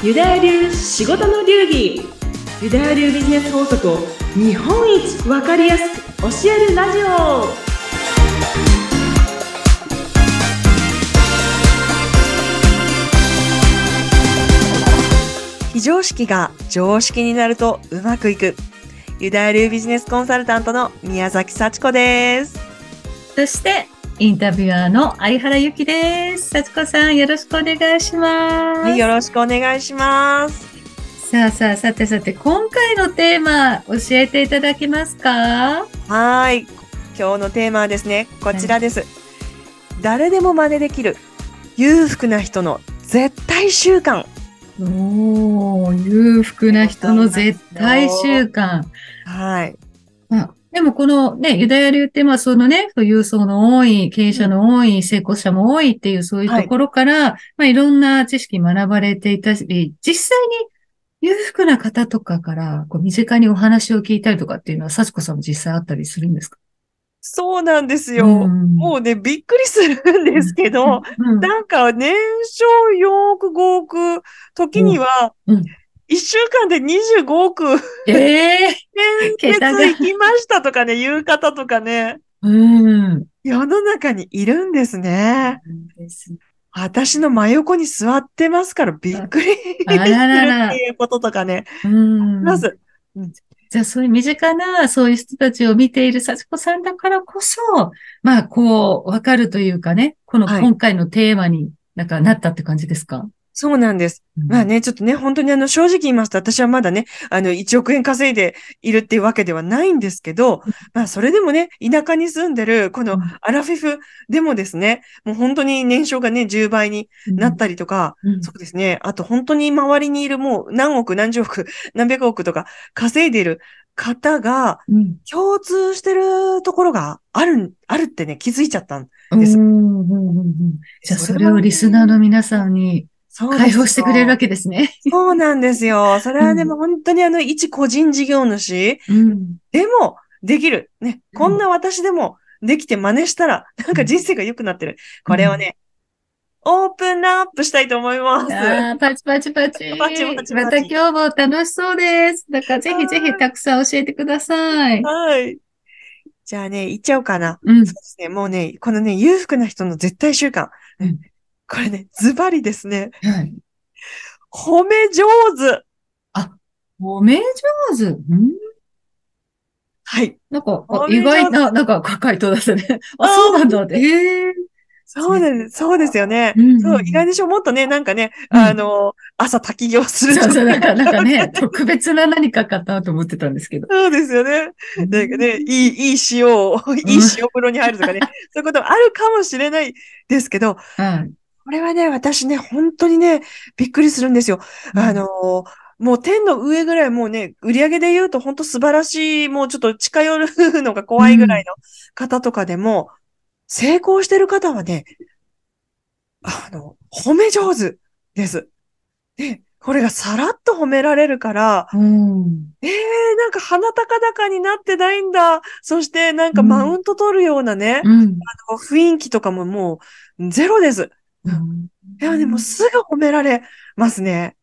ユダヤ流仕事の流儀、ユダヤ流ビジネス法則を日本一わかりやすく教えるラジオ。非常識が常識になるとうまくいく、ユダヤ流ビジネスコンサルタントの宮崎幸子です。 そしてインタビュアーの相原由紀です。幸子さん、よろしくお願いします。 はい、よろしくお願いします。 さて、今回のテーマ教えていただけますか？ はい、今日のテーマはですね、こちらです。誰でも真似できる裕福な人の絶対習慣。 裕福な人の絶対習慣。 はい。 でもこのね、ユダヤ流ってそのね、富裕層の多い、経営者の多い、成功者も多いっていうそういうところから、いろんな知識学ばれていたし、実際に裕福な方とかから身近にお話を聞いたりとかっていうのは、幸子さんも実際あったりするんですか？ そうなんですよ。もうね、びっくりするんですけど、なんか年商4億5億、時には1週間で25億、先月行きましたとかね、言う方とかね、世の中にいるんですね。私の真横に座ってますからびっくりするっていうこととかね。まず。 じゃあそういう身近なそういう人たちを見ている幸子さんだからこそ、わかるというかね、この今回のテーマになったって感じですか？ そうなんです。ちょっとね、本当に正直言いますと、私はまだね、1億円稼いでいるっていうわけではないんですけど、それでもね、田舎に住んでる、このアラフィフでもですね、もう本当に年商がね、10倍になったりとか、そうですね、あと本当に周りにいるもう何億、何十億、何百億とか稼いでいる方が、共通してるところがあるってね、気づいちゃったんです。 じゃあそれをリスナーの皆さんに、解放してくれるわけですね。 そうなんですよ。それはでも本当に一個人事業主、でもできる。ね。こんな私でもできて真似したら、なんか人生が良くなってる。これをね、オープンアップしたいと思います。 パチパチ。 パチパチ。 また今日も楽しそうです。だからぜひぜひたくさん教えてください。 はい。じゃあね、言っちゃおうかな。そうですね。もうね、このね、裕福な人の絶対習慣。これね、ズバリですね。褒め上手。 褒め上手。 はい。 意外な、回答だったね。そうなんだって。 そうですよね。そう、意外でしょ。もっとね、なんかね、朝滝行するとか。 なんかね、特別な何かかなと思ってたんですけど。 そうですよね。なんかね、いい塩風呂に入るとかね、そういうことあるかもしれないですけど、これはね、私ね、本当にね、びっくりするんですよ。もう天の上ぐらいもうね、売り上げで言うと本当素晴らしい、もうちょっと近寄るのが怖いぐらいの方とかでも、成功してる方はね、褒め上手です。で、これがさらっと褒められるから、なんか鼻高々になってないんだ。そしてなんかマウント取るようなね、雰囲気とかももうゼロです。いや、でもすぐ褒められますね。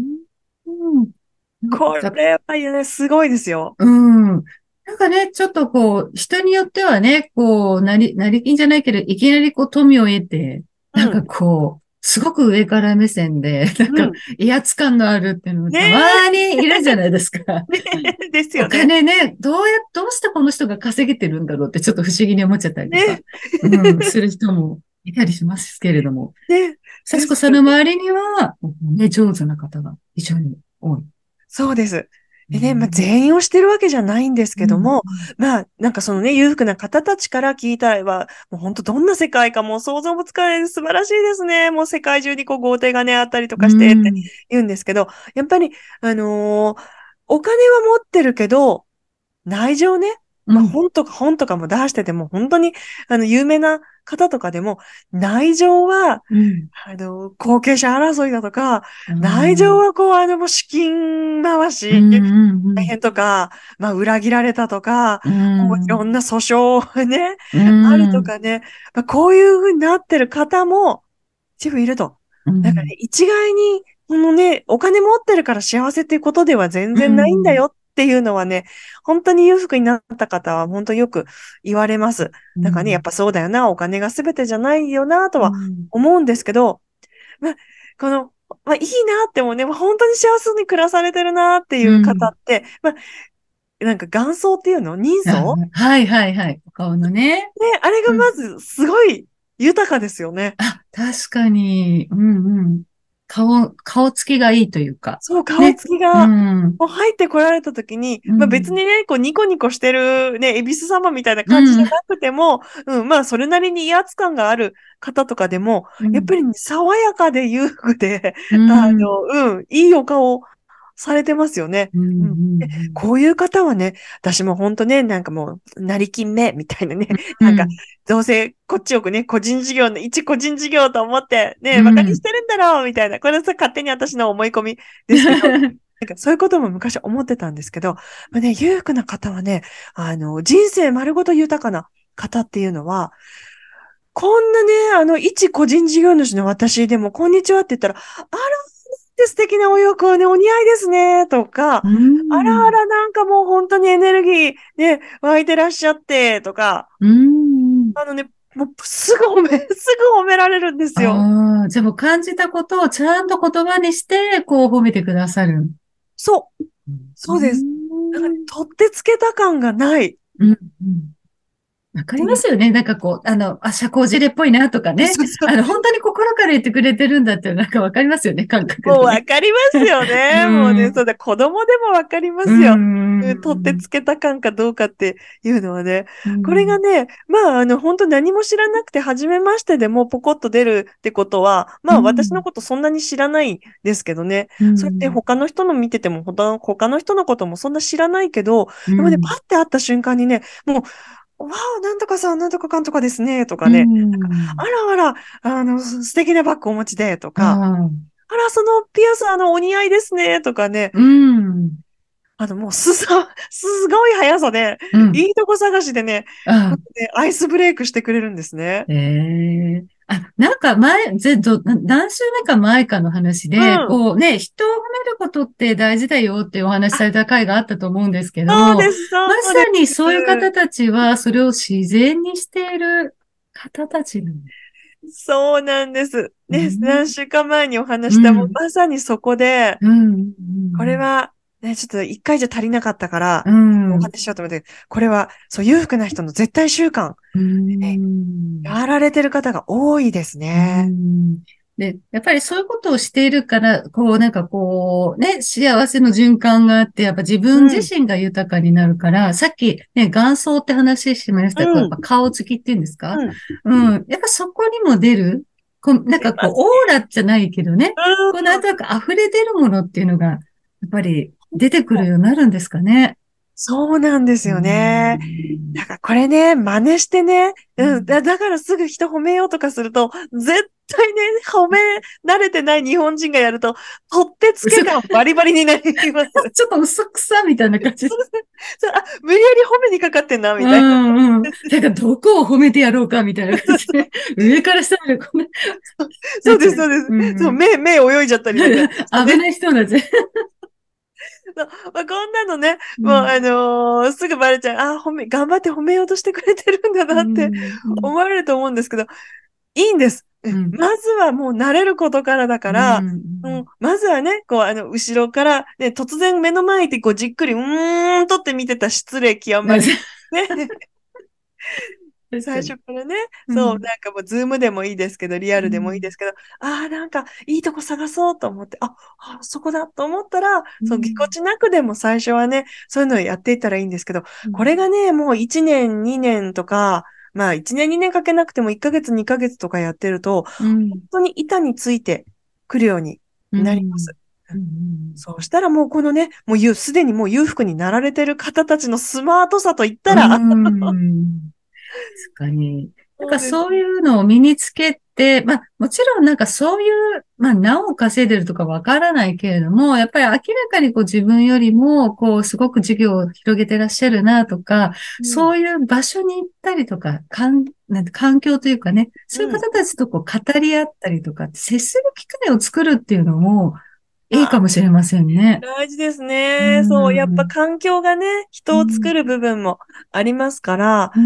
これはね、すごいですよ。 なんかね、ちょっと人によってはね、なりきんじゃないけど、いきなり富を得て、すごく上から目線で、威圧感のあるっていうのもたまにいるじゃないですか。 ですよね。 お金ね、どうしてこの人が稼げてるんだろうってちょっと不思議に思っちゃったりとか、する人もいたりしますけれども。幸子さんの周りには、ね、上手な方が非常に多い。 そうです。でね、全員をしてるわけじゃないんですけども、なんかそのね、裕福な方たちから聞いたらは、もう本当どんな世界かもう想像もつかない素晴らしいですね。もう世界中に豪邸がね、あったりとかしてって言うんですけど、やっぱり、お金は持ってるけど、内情ね、本とかも出してても、本当に、有名な方とかでも、内情は、後継者争いだとか、内情はもう資金回し、大変とか、裏切られたとか、もういろんな訴訟ね、あるとかね、こういう風になってる方も、一部いると。だからね、一概に、 このね、お金持ってるから幸せっていうことでは全う然ないんだん。 よっていうのはね、本当に裕福になった方は本当よく言われます。だからね、やっうん。 ぱそうだよな、お金が全てじゃないよな、とはうん。 思うんですけど、まあ、この、いいなってもね、本当に幸せに暮らされてるなっていう方うん。 って、なんか元祖っていうの人あ、 相はいはいはい。お顔のね。 ね、あれがうん。 まずすごい豊かですよね。 あ、確かに。うんうん。顔つきがいいというか。 そう、顔ね。 つきうが、 ん。 もう入ってこられた時に、 うん。 別にね、こうニコニコしてるね、恵比寿様みたいなうん。 感じじゃなくても、それなりに威圧感がある方とかでも、 うん。 やっぱりね爽やかで裕福で、 うん。 いいお顔されてますよね。 うん。ううん。でん。 こういう方はね、私も本当ね、なんかもう、成金目みたいなね、なんか、 うん。 どうせこっちをね、一個人事業と思って、ね、馬鹿にしうん。 てるんだろうみたいな。これさ、勝手に私の思い込みですけど、なんかそういうことも昔思ってたんですけど、裕福な方はね、人生丸ごと豊かな方っていうのは、こんなね、一個人事業主の私でも、こんにちはって言ったら、あら、って素敵なお洋服はね、お似合いですね、とか、 うあらあん。 ら、なんかもう本当にエネルギーね、湧いてらっしゃって、とか、 うん。 あのね、もうすぐ褒められるんですよ。 ああ、じゃあもう感じたことをちゃんと言葉にして、こう褒めてくださる。 そう、 うん。 そうです。なんかね、取ってつけた感がないっうん。うん。わかりていう。 ますよね。なんかこう、社交辞令っぽいなとかね。 そうそう。 本当に心から言ってくれてるんだってなんかわかりますよね、感覚もうでね。 わかりますようね。もうね、 ん。 そうだ、子供でもわかりまうすよ。取ってん。 つけた感かどうかっていうのはね。 うこれがん。 ね、本当何も知らなくて、初めましてでもポコッと出るってことは、私のうん。 ことそんなに知らないですけどね。 うそうやってん。 他の人の見てても、他の人のこともそんな知らないけど、でもね、パうん。 ッて会った瞬間にね、もう、わあ、なんとかさん、なんとかかんとかですね、とかうね。あん。 らあら、素敵なバッグお持ちで、とあか。 あ。 あら、そのピアス、お似合いですね、とかね。 うん。 もうすごい速さで、 うん。 いいとこ探しでね、こああ。 うやってアイスブレイクしてくれるんですね。 ええ。あ、なんか何週目か前かの話うで、 ん。 こうね、人を褒めることって大事だよっていうお話しあ、 された回があったと思うんですけど、 そうです、そまさうでにそういう方す。 たちは、それを自然にしている方たちなの。 そうなんです。ね、 うん、 何週間前にお話した、もううん、 まさにそこで、 うん、 これは、ね、ちょっと一回じゃ足りなかったから、 うん、 おうん、 話ししようと思って、これは、そう、裕福な人の絶対習慣、 うね、 ん。 やられてる方が多いですうね。 ん。で、やっぱりそういうことをしているから、なんかね、幸せの循環があって、やっぱ自分自うん、 身が豊かになるから、さっきね、元祖って話しましたけど、やっうん、 ぱ顔つきっていうんですか？ うん。 うん。やっぱそこにも出る、なんかこう、 出ます。 オーラじゃないけどね、なんとうん。 なく溢れ出るものっていうのが、やっぱり出てくるようになるんですかね。 そうなんですうよね。 ん。 だからこれね、真似してね、 うん。 だからすぐ人褒めようとかすると、絶対ね、褒め慣れてない日本人がやると、取ってつけ嘘か、 感バリバリになります。 ちょっと嘘くさみたいな感じ。 無理やり褒めにかかってんな、 うみたいな。 んうん。だからどこを褒めてやろうかみたいな感じで、上から下までこんな、 そうです、そうなっちゃう。 です。そう、 うん。 目泳いじゃったりなんかしてね。 危ない人たち。 そうこんなのね、もううん。 すぐバレちゃう。頑張って褒めようとしてくれてるんだうなってん。うん。 思われると思うんですけど、いいんです。 うん。 まずはもう慣れることからだかうら、 ん。 まずはね、こう、後ろから、ね、突然目の前でこう、じっくり、とって見てた失礼極まり。ね、最確かに。 初からね、そう、 うん。 なんかもう、ズームでもいいですけど、リアルでもいいうん。 ですけど、なんか、いいとこ探そうと思って、そこだと思ったら、そう、ぎこうん。 ちなくでも最初はね、そういうのをやっていったらいいんですけど、 うん。 これがね、もう1年、2年とか、1年、2年かけなくても1ヶ月、2ヶ月とかやってると、本うん。 当に板についてくるようにうん。 なります。 うん。 そうしたらもうこのね、すでにもう裕福になられてる方たちのスマートさといっうたら、 ん。確かに。なんかそうです。 そういうのを身につけて、まあもちろんなんかそういう、まあ名を稼いでるとかわからないけれども、やっぱり明らかにこう自分よりもこうすごく事業を広げてらっしゃるなとか、 うん。 そういう場所に行ったりとか、なんて環境というかね、そういううん。 方たちとこう語り合ったりとか、接する機会を作るっていうのも、 いいかもしれませんね。 大事ですうね。そう、やっぱん。 環境がね、人を作る部分もありますから、 うん。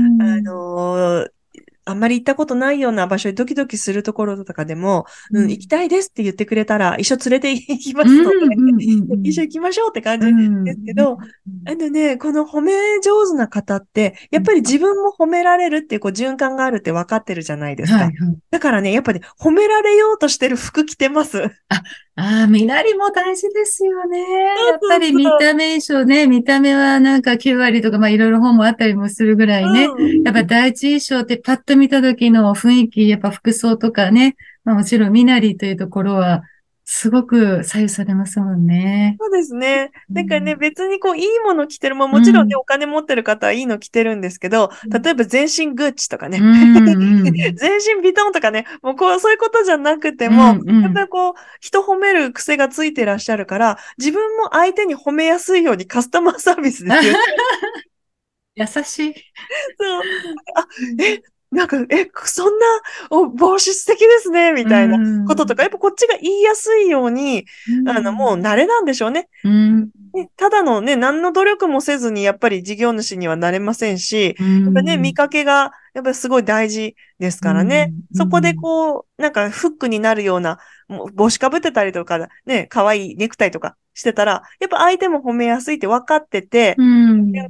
あんまり行ったことないような場所にドキドキするところとかでも、うん、行きうん。 たいですって言ってくれたら、一緒連れて行きまうん。 すので、 うん。うん。 一緒行きましょうって感うじん。 ですけど、 うん。 この褒め上手な方って、やっぱり自分も褒められるっていうこう循環があるって分かってるじゃないですか。 はいはい。 だからね、やっぱり褒められようとしてる服着てます。 あ、身なりも大事ですよね。 そうやっぱり見そうそう。 た目衣装ね、見た目はなんか9割とか、いろいろ本もあったりもするぐらいね。 うん。 やっぱ第一印象ってパッと見た時の雰囲気、やっぱ服装とかね、もちろん身なりというところは、すごく左右されますもんね。 そうですね。 うなんかね、 ん。 別にこう、いいもの着てる、まあもちろんね、 うん。 お金持ってる方はいいの着てるんですけど、例えば全身グッチとかうね、 ん。うん。 全身ビトンとかね、もうこう、そういうことじゃなくても、 うん。うん。 やっぱりこう、人褒める癖がついてらっしゃるから、自分も相手に褒めやすいようにカスタマーサービスですよね。 優しい。 そう。あ、 うん。 え、そんな帽子素敵ですね、みうたいなこととか、 ん。 やっぱこっちが言いやすいように、 うん。 もう慣れなんでしょうね。 うん。 ね、ただのね、何の努力もせずに、やっぱり事業主にはなれませんし、 うやっぱね、見ん。 かけが、やっぱりすごい大事ですうからね。 ん。うそこでん。 こう、なんかフックになるような、もう帽子かぶってたりとか、ね、可愛いネクタイとかしてたら、やっぱ相手も褒めやすいって分かってて、 うん。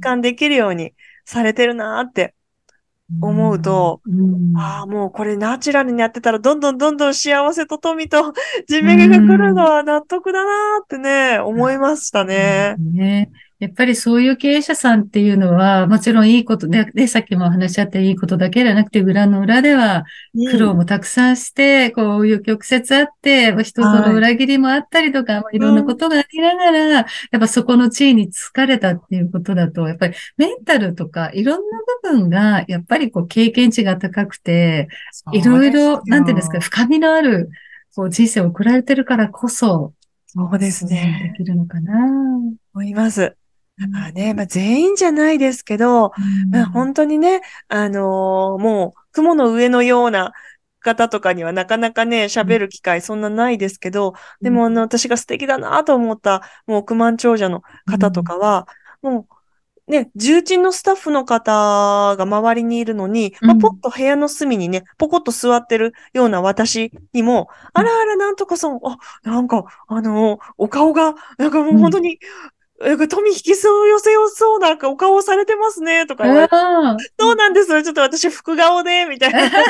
循環できるようにされてるなーってう思うん。 と、 うああ、 ん。 もうこれナチュラルにやってたら、どんどんどんどん幸せと富と地う面が来るのん。 は納得だなーってね、思いましたね。 ね。やっぱりそういう経営者さんっていうのは、もちろんいいことで、さっきもお話しあったいいことだけではなくて、裏の裏では苦うん。 労もたくさんして、こういう曲折あって、人とのはい。 裏切りもあったりとか、いうろんなこん。 とがありながら、やっぱそこの地位に疲れたっていうことだと、やっぱりメンタルとかいろんな部分が、やっぱりこう経験値が高くて、いそうですろいろ、なんていうんですか、 よ。 深みのある、こう人生を送られてるからこそ、 そうですできね。 るのかな。 思います。 うん。 まあ、全員じゃないですけど、 うまあ、 ん。 本当にね、もう雲の上のような方とかにはなかなかね、 うん。 喋る機会そんなないですけど、 うん。 でも私が素敵だなと思った、もう億万長者の方とうん。 かは、もうね、重鎮のスタッフの方が周りにいるのに、まあ、ポッうん。 と部屋の隅にね、ポコッと座ってるような私にも、あらあら、なんとかさん、なんか、お顔が、なんかもうん。 う本当に、富引きそう寄せよそうなお顔をされてますね、とか言われて、 あそうなんですよ。ちょっと私、副顔で、みたいな。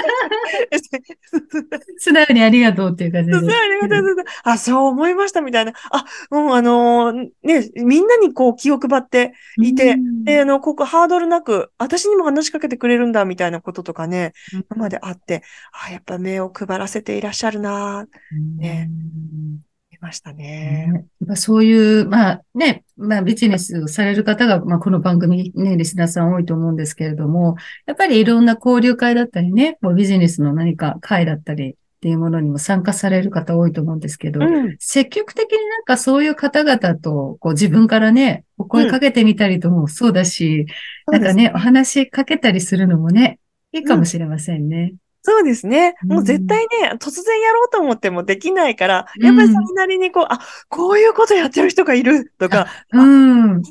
素直にありがとうっていう感じそう、 で。 ありがとうございます。あ、そう思いました、みたいな。もうね、みんなにこう気を配ってういて、で、 ん。 ここハードルなく、私にも話しかけてくれるんだ、みたいなこととかね、 うん。 今まであって、やっぱ目を配らせていらっしゃるな、 うね、 ん。 見ましたね。 ね、やっぱそういう、ビジネスをされる方が、この番組ね、リスナーさん多いと思うんですけれども、やっぱりいろんな交流会だったりね、こうビジネスの何か会だったりっていうものにも参加される方多いと思うんですけど、 うん、 積極的になんかそういう方々と、こう自分からね、お声うん、 かけてみたりともそうだし、 そうなんかね、おですね。 話しかけたりするのもね、いいかうん。 もしれませんね。 そうですね。 うもう絶ん。 対ね、突然やろうと思ってもできないから、やっぱりそうん。 れなりにこういうことやってる人がいるとあ、 か、 うん。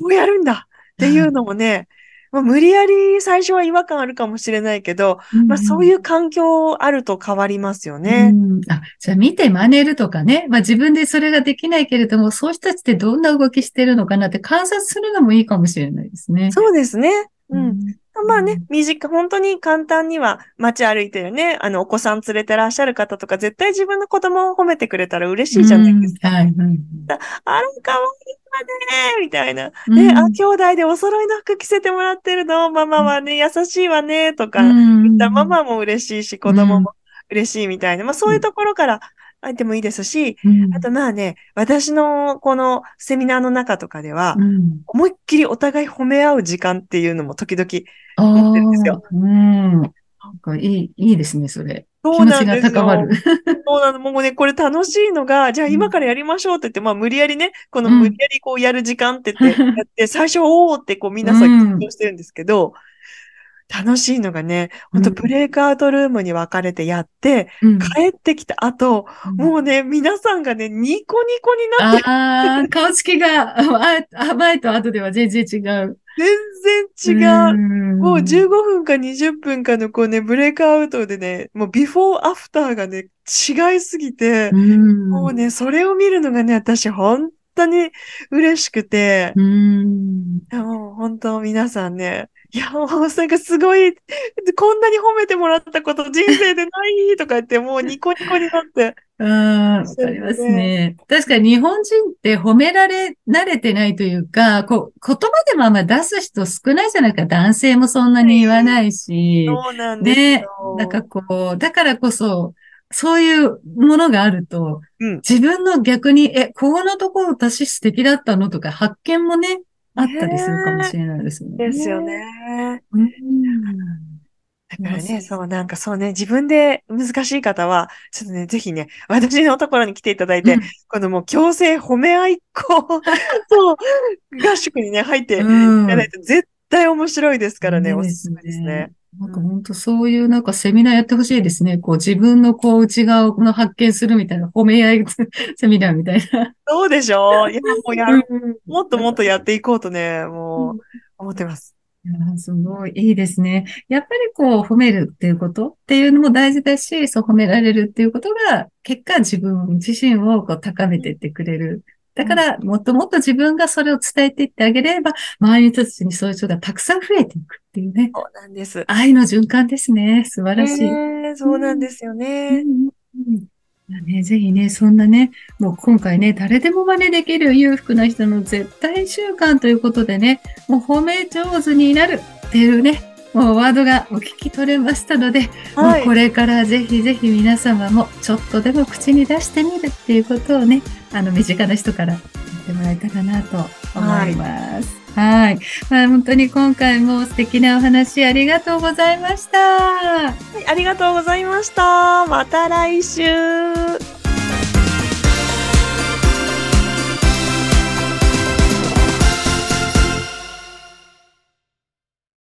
こうやるんだっていうのもね、まあ、無理やり最初は違和感あるかもしれないけど、 うん。 まあそういう環境あると変わりますようね。 ん。じゃあ見て真似るとかね。自分でそれができないけれども、そういう人たちってどんな動きしてるのかなって観察するのもいいかもしれないですね。 そうですね。うん。 うん。うまあね、 ん。 本当に簡単には街歩いてるね、お子さん連れてらっしゃる方とか、絶対自分の子供を褒めてくれたら嬉しいじゃないですか。 はい。はい。 あら、かわいいわね、みたいな。ね、 うん。 兄弟でお揃いの服着せてもらってるの、ママはね、優しいわね、とうか言ったらマん。 マも嬉しいし、子うん。 供も嬉しいみたいな。まあそういうところから入ってもいいですし、 うん。 あとまあね、私のこのセミナーの中とかでは、 うん。 思いっきりお互い褒め合う時間っていうのも時々 あ持ってるんですあ、 よ。 うん。なんかいいですね、それ。気持ちがそうなんです高まる。 よ。そうなの。もうね、これ楽しいのが、じゃあうん。 今からやりましょうって言って、まあ無理やりね、このうん。 無理やりこうやる時間って言って、やって、最初、おーってこう皆うさん緊ん。 張してるんですけど、 楽しいのがね、 うん。 本当ブレイクアウトルームに分かれてやって、 うん。 帰ってきた後、 うん。 もうね、皆さんがね、ニコニコになってる。 ああ、顔つきが、前と後では全然違う。 全うー然違う。もう15 ん。 分か20分かのこうね、ブレイクアウトでね、もうビフォーアフターがね、違いすぎて、 うーん。 もうね、それを見るのがね、私本当に嬉しくて、 うーん。 いやもう本当皆さんね、いやもうなんかすごい、こんなに褒めてもらったこと人生でないとか言って、もうニコニコになってああ、 らっしゃるわかりますので、 ね。確かに日本人って褒められ慣れてないというか、言葉でもあんま出す人少ないじゃないですか。男性もそんなに言わはい、 ないし、 そうなんですね。なんかよ。 だからこそ、そういうものがあると、 うん。 自分の逆に、ここのところ私素敵だったのとか発見もね、あったりするかもねしれないですよえ、ですよね。 ね。 うん。 だからね、 います。 そう、なんかそうね、自分で難しい方は、ちょっとね、ぜひね、私のところに来ていただいて、 うん。 このもう強制褒め合いっ子、そう、合宿にね、入っうていただいん。 て、絶対面白いですからね、 ねですおすすめですね。 ね。 なんうん、 か本当そういうなんかセミナーやってほしいですね。自分の内側の発見するみたいな、褒め合いセミナーみたいな。 そうでしょいや、もううん。 もっともっとやっていこうとね、もう、 うん。 思ってます。 いや、すごいいいですね。やっぱり褒めるっていうことっていうのも大事だし、そう褒められるっていうことが、結果自分自身を高めうん、 ていってくれる。だうん、 から、もっともっと自分がそれを伝えていってあげれば、周りの人たちにそういう人がたくさん増えていくっていうね。 そうなんです。 愛の循環ですね。素晴らしい。 そうなんですよね。 うん。まあね、ぜひね、そんなね、もう今回ね、誰でも真似できる裕福な人の絶対習慣ということでね、もう褒め上手になるっていうね、もうワードがお聞き取れましたので、もうはい。 これからぜひぜひ皆様もちょっとでも口に出してみるっていうことをね、身近な人から言ってもらえたらなと思いはい。 ます。はい。まあ、本当に今回も素敵なお話ありがとうございました。 ありがとうございました。また来週。